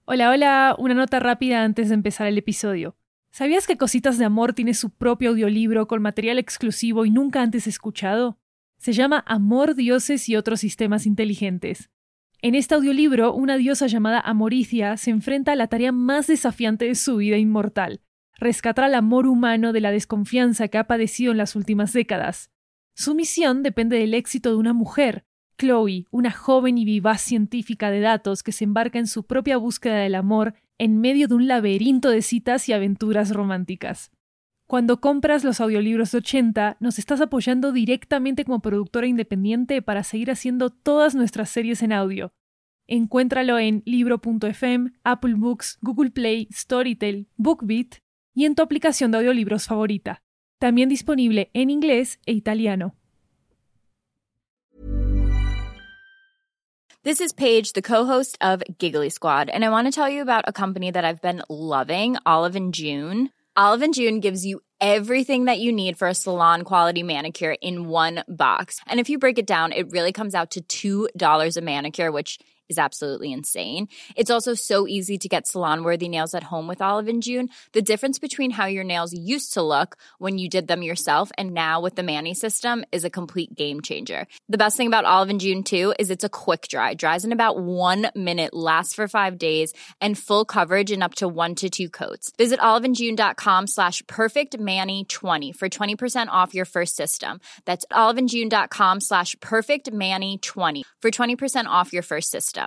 Hola, hola, una nota rápida antes de empezar el episodio. ¿Sabías que Cositas de Amor tiene su propio audiolibro con material exclusivo y nunca antes escuchado? Se llama Amor, Dioses y otros sistemas inteligentes. En este audiolibro, una diosa llamada Amoricia se enfrenta a la tarea más desafiante de su vida inmortal: rescatar al amor humano de la desconfianza que ha padecido en las últimas décadas. Su misión depende del éxito de una mujer, Chloe, una joven y vivaz científica de datos que se embarca en su propia búsqueda del amor en medio de un laberinto de citas y aventuras románticas. Cuando compras los audiolibros de 80, nos estás apoyando directamente como productora independiente para seguir haciendo todas nuestras series en audio. Encuéntralo en libro.fm, Apple Books, Google Play, Storytel, BookBeat y en tu aplicación de audiolibros favorita. También disponible en inglés e italiano. This is Paige, the co-host of Giggly Squad, and I want to tell you about a company that I've been loving, Olive & June. Olive & June gives you everything that you need for a salon-quality manicure in one box. And if you break it down, it really comes out to $2 a manicure, which is absolutely insane. It's also so easy to get salon-worthy nails at home with Olive & June. The difference between how your nails used to look when you did them yourself and now with the Mani system is a complete game changer. The best thing about Olive & June, too, is it's a quick dry. Dries in about 1 minute, lasts for 5 days, and full coverage in up to 1 to 2 coats. Visit oliveandjune.com/perfectmani20 for 20% off your first system. That's oliveandjune.com/perfectmani20 for 20% off your first system.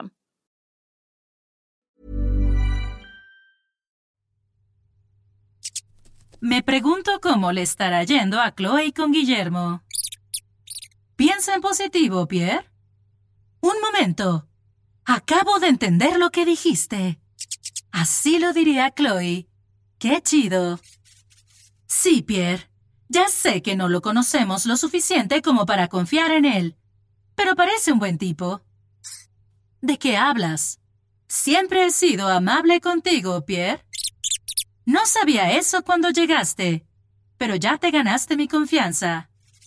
Me pregunto cómo le estará yendo a Chloe con Guillermo. Piensa en positivo, Pierre. Un momento. Acabo de entender lo que dijiste. Así lo diría Chloe. ¡Qué chido! Sí, Pierre. Ya sé que no lo conocemos lo suficiente como para confiar en él, pero parece un buen tipo. ¿De qué hablas? Siempre he sido amable contigo, Pierre. No sabía eso cuando llegaste, pero ya te ganaste mi confianza.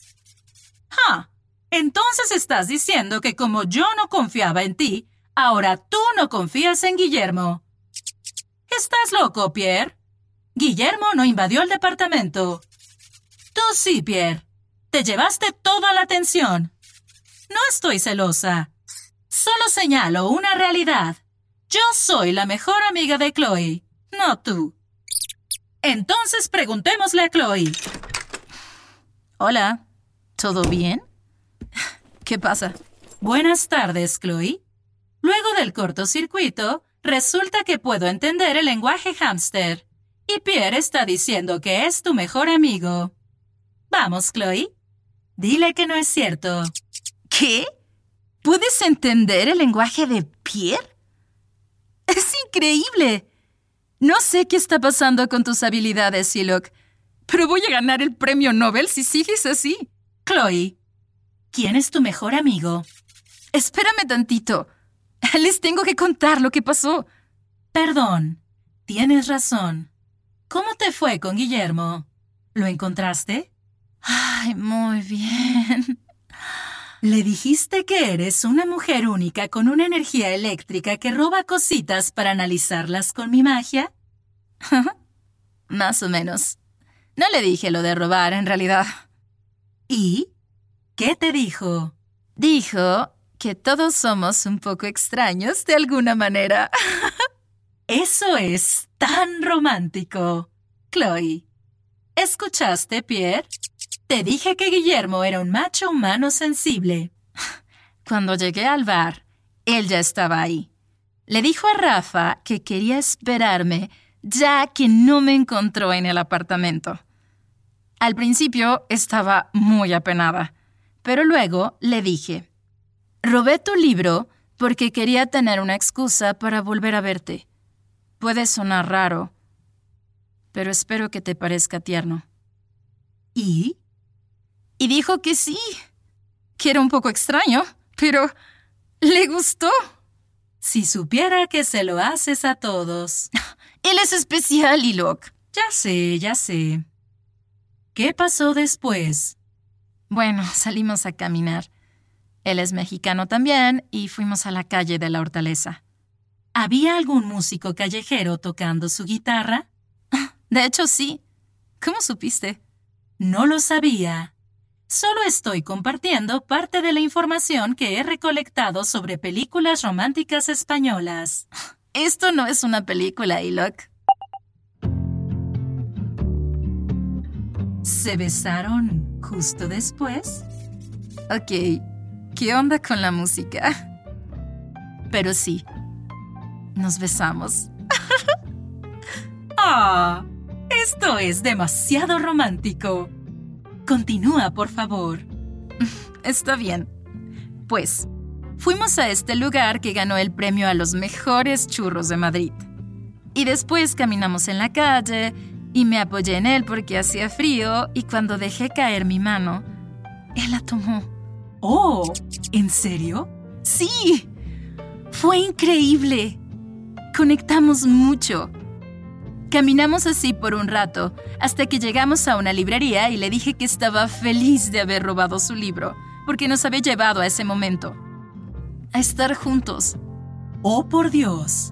Entonces estás diciendo que como yo no confiaba en ti, ahora tú no confías en Guillermo. ¿Estás loco, Pierre? Guillermo no invadió el departamento. Tú sí, Pierre. Te llevaste toda la atención. No estoy celosa. Solo señalo una realidad. Yo soy la mejor amiga de Chloe, no tú. Entonces preguntémosle a Chloe. Hola, ¿todo bien? ¿Qué pasa? Buenas tardes, Chloe. Luego del cortocircuito, resulta que puedo entender el lenguaje hámster. Y Pierre está diciendo que es tu mejor amigo. Vamos, Chloe. Dile que no es cierto. ¿Qué? ¿Puedes entender el lenguaje de Pierre? ¡Es increíble! No sé qué está pasando con tus habilidades, Silok, pero voy a ganar el premio Nobel si sigues así. Chloe, ¿quién es tu mejor amigo? Espérame tantito. Les tengo que contar lo que pasó. Perdón, tienes razón. ¿Cómo te fue con Guillermo? ¿Lo encontraste? Ay, muy bien. ¿Le dijiste que eres una mujer única con una energía eléctrica que roba cositas para analizarlas con mi magia? Más o menos. No le dije lo de robar, en realidad. ¿Y? ¿Qué te dijo? Dijo que todos somos un poco extraños de alguna manera. Eso es tan romántico. Chloe, ¿escuchaste, Pierre? Te dije que Guillermo era un macho humano sensible. Cuando llegué al bar, él ya estaba ahí. Le dijo a Rafa que quería esperarme, ya que no me encontró en el apartamento. Al principio estaba muy apenada, pero luego le dije: robé tu libro porque quería tener una excusa para volver a verte. Puede sonar raro, pero espero que te parezca tierno. ¿Y? Y dijo que sí, que era un poco extraño, pero le gustó. Si supiera que se lo haces a todos. Él es especial, Ilok. Ya sé, ya sé. ¿Qué pasó después? Bueno, salimos a caminar. Él es mexicano también y fuimos a la calle de la Hortaleza. ¿Había algún músico callejero tocando su guitarra? De hecho, sí. ¿Cómo supiste? No lo sabía. Solo estoy compartiendo parte de la información que he recolectado sobre películas románticas españolas. Esto no es una película, Ilok. ¿Se besaron justo después? Ok, ¿qué onda con la música? Pero sí, nos besamos. ¡Ah! Esto es demasiado romántico. Continúa, por favor. Está bien. Pues, fuimos a este lugar que ganó el premio a los mejores churros de Madrid. Y después caminamos en la calle y me apoyé en él porque hacía frío y cuando dejé caer mi mano, él la tomó. ¡Oh! ¿En serio? ¡Sí! Fue increíble. Conectamos mucho. Caminamos así por un rato, hasta que llegamos a una librería y le dije que estaba feliz de haber robado su libro, porque nos había llevado a ese momento. A estar juntos. ¡Oh, por Dios!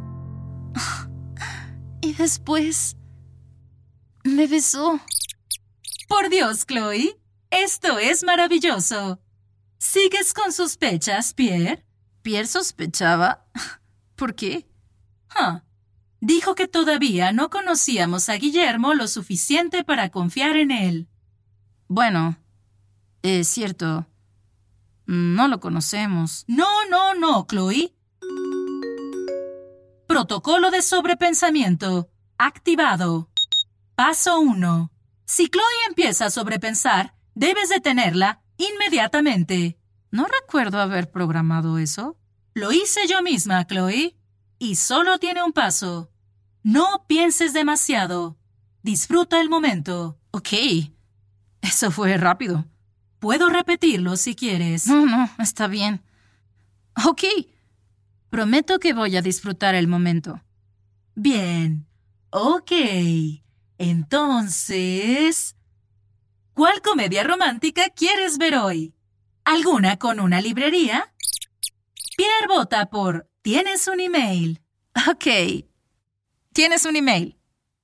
Y después me besó. ¡Por Dios, Chloe! Esto es maravilloso. ¿Sigues con sospechas, Pierre? ¿Pierre sospechaba? ¿Por qué? Dijo que todavía no conocíamos a Guillermo lo suficiente para confiar en él. Bueno, es cierto. No lo conocemos. No, Chloe. Protocolo de sobrepensamiento. Activado. Paso 1. Si Chloe empieza a sobrepensar, debes detenerla inmediatamente. No recuerdo haber programado eso. Lo hice yo misma, Chloe. Y solo tiene un paso. No pienses demasiado. Disfruta el momento. Ok. Eso fue rápido. Puedo repetirlo si quieres. No, está bien. Ok. Prometo que voy a disfrutar el momento. Bien. Ok. Entonces, ¿cuál comedia romántica quieres ver hoy? ¿Alguna con una librería? Pierre vota por ¿tienes un email? Ok. ¿Tienes un email?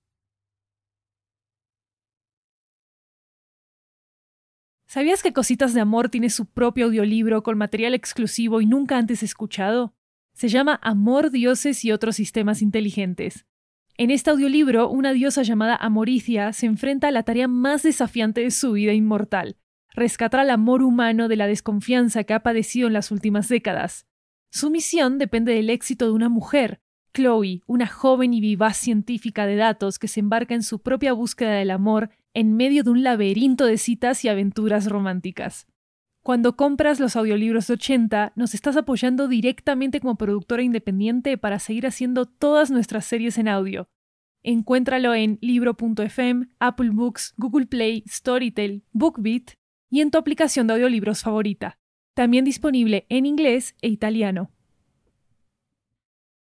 ¿Sabías que Cositas de Amor tiene su propio audiolibro con material exclusivo y nunca antes escuchado? Se llama Amor, Dioses y otros sistemas inteligentes. En este audiolibro, una diosa llamada Amoricia se enfrenta a la tarea más desafiante de su vida inmortal: rescatar al amor humano de la desconfianza que ha padecido en las últimas décadas. Su misión depende del éxito de una mujer, Chloe, una joven y vivaz científica de datos que se embarca en su propia búsqueda del amor en medio de un laberinto de citas y aventuras románticas. Cuando compras los audiolibros de 80, nos estás apoyando directamente como productora independiente para seguir haciendo todas nuestras series en audio. Encuéntralo en libro.fm, Apple Books, Google Play, Storytel, BookBeat y en tu aplicación de audiolibros favorita. También disponible en inglés e italiano.